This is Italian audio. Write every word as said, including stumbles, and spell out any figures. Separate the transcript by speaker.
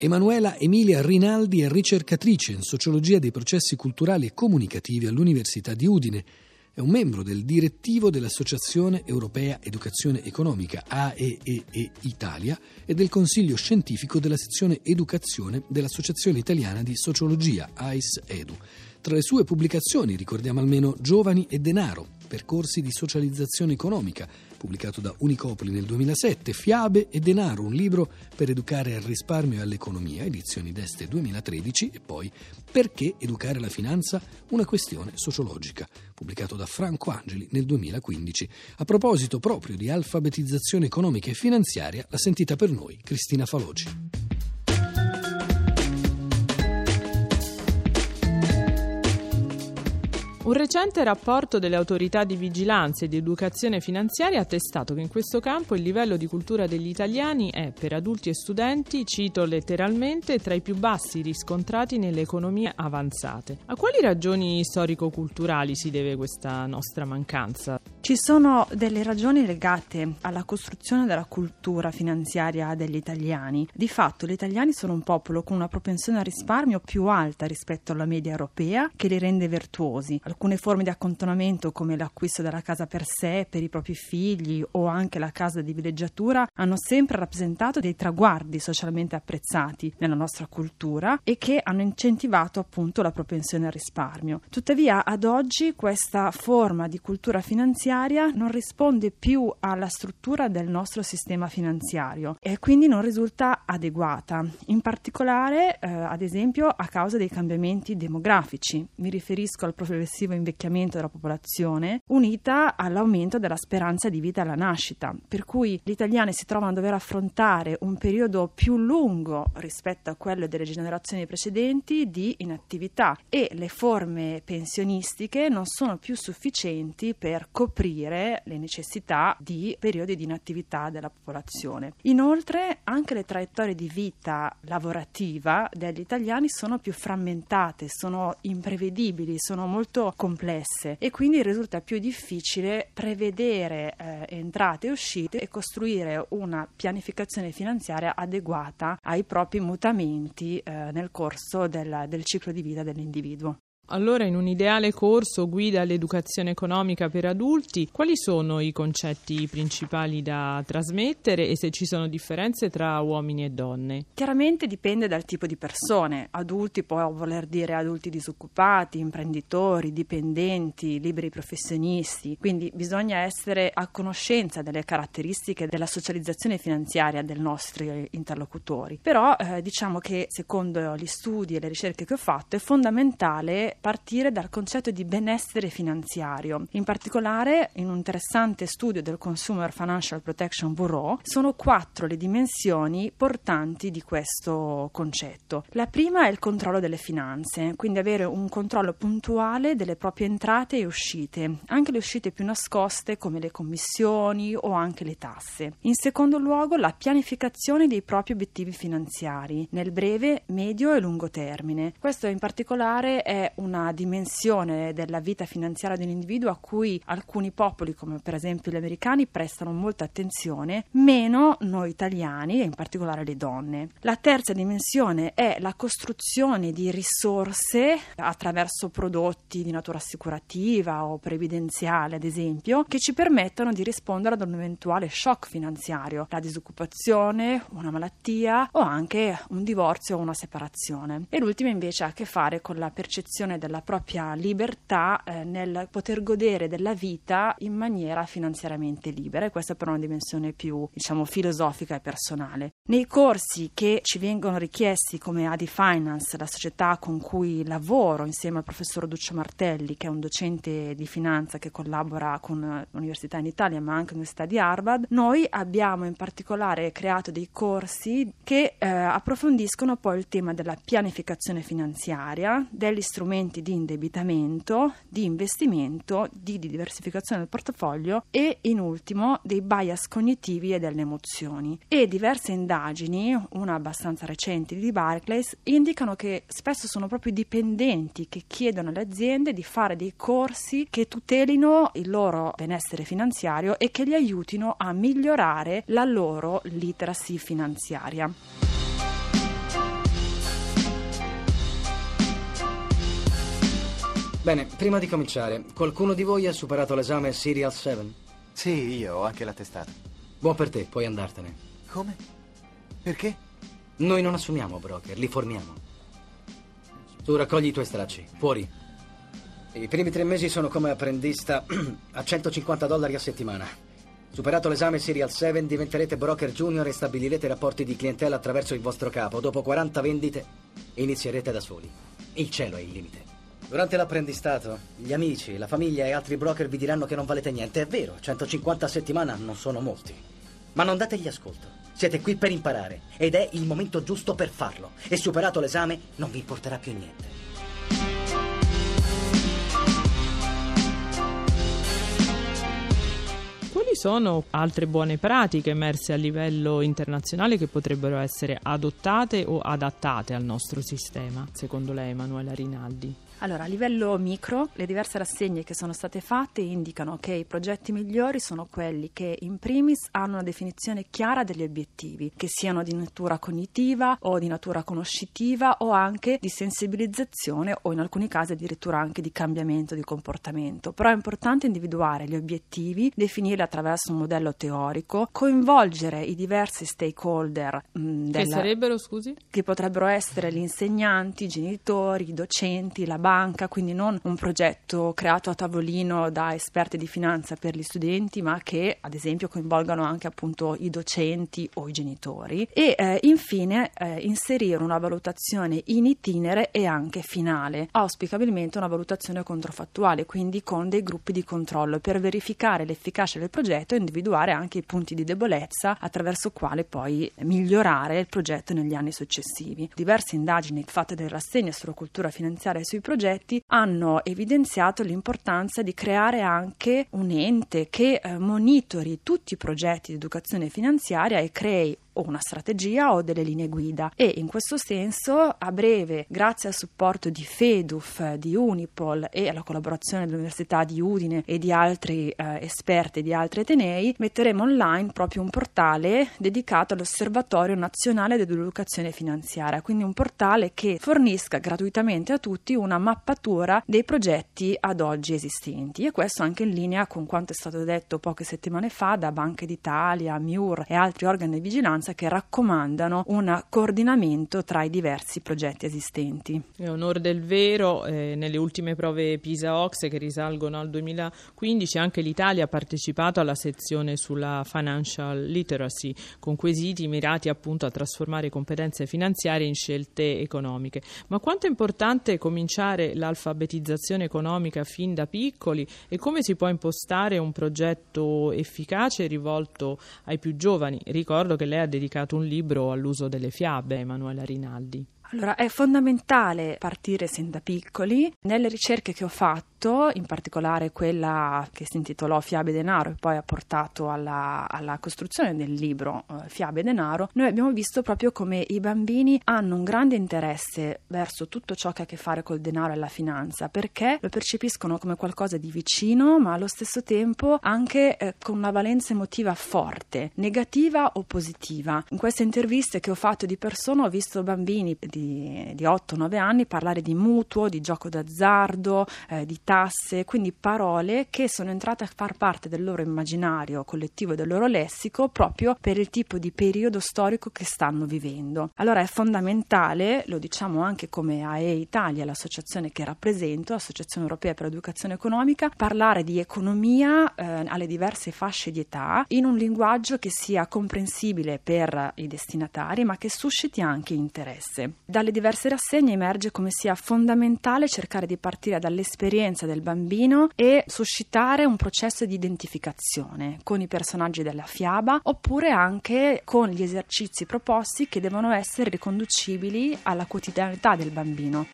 Speaker 1: Emanuela Emilia Rinaldi è ricercatrice in sociologia dei processi culturali e comunicativi all'Università di Udine. È un membro del direttivo dell'Associazione Europea Educazione Economica A E E E Italia e del Consiglio Scientifico della sezione Educazione dell'Associazione Italiana di Sociologia A I S Edu. Tra le sue pubblicazioni ricordiamo almeno Giovani e Denaro, percorsi di socializzazione economica, pubblicato da Unicopoli nel duemilasette, Fiabe e Denaro, un libro per educare al risparmio e all'economia, edizioni d'Este duemilatredici, e poi Perché educare la finanza? Una questione sociologica, pubblicato da Franco Angeli nel duemilaquindici. A proposito proprio di alfabetizzazione economica e finanziaria, l'ha sentita per noi Cristina Faloci.
Speaker 2: Un recente rapporto delle autorità di vigilanza e di educazione finanziaria ha attestato che in questo campo il livello di cultura degli italiani è, per adulti e studenti, cito letteralmente, tra i più bassi riscontrati nelle economie avanzate. A quali ragioni storico-culturali si deve questa nostra mancanza?
Speaker 3: Ci sono delle ragioni legate alla costruzione della cultura finanziaria degli italiani. Di fatto gli italiani sono un popolo con una propensione al risparmio più alta rispetto alla media europea, che li rende virtuosi. Alcune forme di accantonamento, come l'acquisto della casa per sé, per i propri figli o anche la casa di villeggiatura, hanno sempre rappresentato dei traguardi socialmente apprezzati nella nostra cultura e che hanno incentivato appunto la propensione al risparmio. Tuttavia, ad oggi questa forma di cultura finanziaria non risponde più alla struttura del nostro sistema finanziario e quindi non risulta adeguata, in particolare eh, ad esempio a causa dei cambiamenti demografici. Mi riferisco al progressivo invecchiamento della popolazione unita all'aumento della speranza di vita alla nascita, per cui gli italiani si trovano a dover affrontare un periodo più lungo rispetto a quello delle generazioni precedenti di inattività e le forme pensionistiche non sono più sufficienti per coprire le necessità di periodi di inattività della popolazione. Inoltre anche le traiettorie di vita lavorativa degli italiani sono più frammentate, sono imprevedibili, sono molto complesse e quindi risulta più difficile prevedere eh, entrate e uscite e costruire una pianificazione finanziaria adeguata ai propri mutamenti eh, nel corso del, del ciclo di vita dell'individuo.
Speaker 2: Allora, in un ideale corso guida all'educazione economica per adulti, quali sono i concetti principali da trasmettere e se ci sono differenze tra uomini e donne?
Speaker 3: Chiaramente dipende dal tipo di persone. Adulti può voler dire adulti disoccupati, imprenditori, dipendenti, liberi professionisti, quindi bisogna essere a conoscenza delle caratteristiche della socializzazione finanziaria dei nostri interlocutori. Però eh, diciamo che secondo gli studi e le ricerche che ho fatto è fondamentale partire dal concetto di benessere finanziario. In particolare, in un interessante studio del Consumer Financial Protection Bureau, sono quattro le dimensioni portanti di questo concetto. La prima è il controllo delle finanze, quindi avere un controllo puntuale delle proprie entrate e uscite, anche le uscite più nascoste come le commissioni o anche le tasse. In secondo luogo, la pianificazione dei propri obiettivi finanziari nel breve, medio e lungo termine. Questo in particolare è una dimensione della vita finanziaria di un individuo a cui alcuni popoli, come per esempio gli americani, prestano molta attenzione, meno noi italiani e in particolare le donne. La terza dimensione è la costruzione di risorse attraverso prodotti di natura assicurativa o previdenziale, ad esempio, che ci permettono di rispondere ad un eventuale shock finanziario, la disoccupazione, una malattia o anche un divorzio o una separazione. E l'ultima invece ha a che fare con la percezione della propria libertà eh, nel poter godere della vita in maniera finanziariamente libera, e questa però è una dimensione più, diciamo, filosofica e personale. Nei corsi che ci vengono richiesti come A D Finance, la società con cui lavoro insieme al professor Duccio Martelli, che è un docente di finanza che collabora con l'università in Italia ma anche l'università di Harvard, noi abbiamo in particolare creato dei corsi che eh, approfondiscono poi il tema della pianificazione finanziaria, degli strumenti di indebitamento, di investimento, di diversificazione del portafoglio e in ultimo dei bias cognitivi e delle emozioni. E diverse indagini, una abbastanza recente di Barclays, indicano che spesso sono proprio i dipendenti che chiedono alle aziende di fare dei corsi che tutelino il loro benessere finanziario e che li aiutino a migliorare la loro literacy finanziaria.
Speaker 4: Bene, prima di cominciare, qualcuno di voi ha superato l'esame Serial sette?
Speaker 5: Sì, io ho anche l'attestato.
Speaker 4: Buon per te, puoi andartene.
Speaker 5: Come? Perché?
Speaker 4: Noi non assumiamo broker, li formiamo. Tu raccogli i tuoi stracci, fuori. I primi tre mesi sono come apprendista a centocinquanta dollari a settimana. Superato l'esame Serial sette, diventerete broker junior e stabilirete rapporti di clientela attraverso il vostro capo. Dopo quaranta vendite, inizierete da soli. Il cielo è il limite. Durante l'apprendistato, gli amici, la famiglia e altri broker vi diranno che non valete niente. È vero, centocinquanta a settimana non sono molti. Ma non dategli ascolto. Siete qui per imparare ed è il momento giusto per farlo. E superato l'esame, non vi importerà più niente.
Speaker 2: Quali sono altre buone pratiche emerse a livello internazionale che potrebbero essere adottate o adattate al nostro sistema, secondo lei, Emanuela Rinaldi?
Speaker 3: Allora, a livello micro, le diverse rassegne che sono state fatte indicano che i progetti migliori sono quelli che in primis hanno una definizione chiara degli obiettivi, che siano di natura cognitiva o di natura conoscitiva o anche di sensibilizzazione o in alcuni casi addirittura anche di cambiamento di comportamento. Però è importante individuare gli obiettivi, definirli attraverso un modello teorico, coinvolgere i diversi stakeholder mh, della,
Speaker 2: che sarebbero, scusi?
Speaker 3: Che potrebbero essere gli insegnanti, i genitori, i docenti, la banca, quindi non un progetto creato a tavolino da esperti di finanza per gli studenti, ma che ad esempio coinvolgano anche appunto i docenti o i genitori e eh, infine eh, inserire una valutazione in itinere e anche finale, auspicabilmente una valutazione controfattuale, quindi con dei gruppi di controllo per verificare l'efficacia del progetto e individuare anche i punti di debolezza attraverso quale poi migliorare il progetto negli anni successivi. Diverse indagini fatte dalle rassegne sulla cultura finanziaria e sui progetti hanno evidenziato l'importanza di creare anche un ente che eh, monitori tutti i progetti di educazione finanziaria e crei o una strategia o delle linee guida e in questo senso a breve, grazie al supporto di FEDUF, di Unipol e alla collaborazione dell'Università di Udine e di altri eh, esperti di altri atenei, metteremo online proprio un portale dedicato all'Osservatorio Nazionale dell'Educazione Finanziaria, quindi un portale che fornisca gratuitamente a tutti una mappatura dei progetti ad oggi esistenti e questo anche in linea con quanto è stato detto poche settimane fa da Banca d'Italia, M I U R e altri organi di vigilanza che raccomandano un coordinamento tra i diversi progetti esistenti.
Speaker 2: È onor del vero, eh, nelle ultime prove PISA-OCSE che risalgono al duemilaquindici anche l'Italia ha partecipato alla sezione sulla financial literacy con quesiti mirati appunto a trasformare competenze finanziarie in scelte economiche. Ma quanto è importante cominciare l'alfabetizzazione economica fin da piccoli e come si può impostare un progetto efficace rivolto ai più giovani? Ricordo che lei ha dedicato un libro all'uso delle fiabe, Emanuela Rinaldi.
Speaker 3: Allora, è fondamentale partire sin da piccoli. Nelle ricerche che ho fatto, in particolare quella che si intitolò Fiabe e Denaro e poi ha portato alla, alla costruzione del libro eh, Fiabe e Denaro, noi abbiamo visto proprio come i bambini hanno un grande interesse verso tutto ciò che ha a che fare col denaro e la finanza, perché lo percepiscono come qualcosa di vicino, ma allo stesso tempo anche eh, con una valenza emotiva forte, negativa o positiva. In queste interviste che ho fatto di persona ho visto bambini di di otto nove anni parlare di mutuo, di gioco d'azzardo, eh, di tasse, quindi parole che sono entrate a far parte del loro immaginario collettivo e del loro lessico proprio per il tipo di periodo storico che stanno vivendo. Allora è fondamentale, lo diciamo anche come A E Italia, l'associazione che rappresento, Associazione Europea per l'Educazione Economica, parlare di economia eh, alle diverse fasce di età in un linguaggio che sia comprensibile per i destinatari ma che susciti anche interesse. Dalle diverse rassegne emerge come sia fondamentale cercare di partire dall'esperienza del bambino e suscitare un processo di identificazione con i personaggi della fiaba oppure anche con gli esercizi proposti che devono essere riconducibili alla quotidianità del bambino.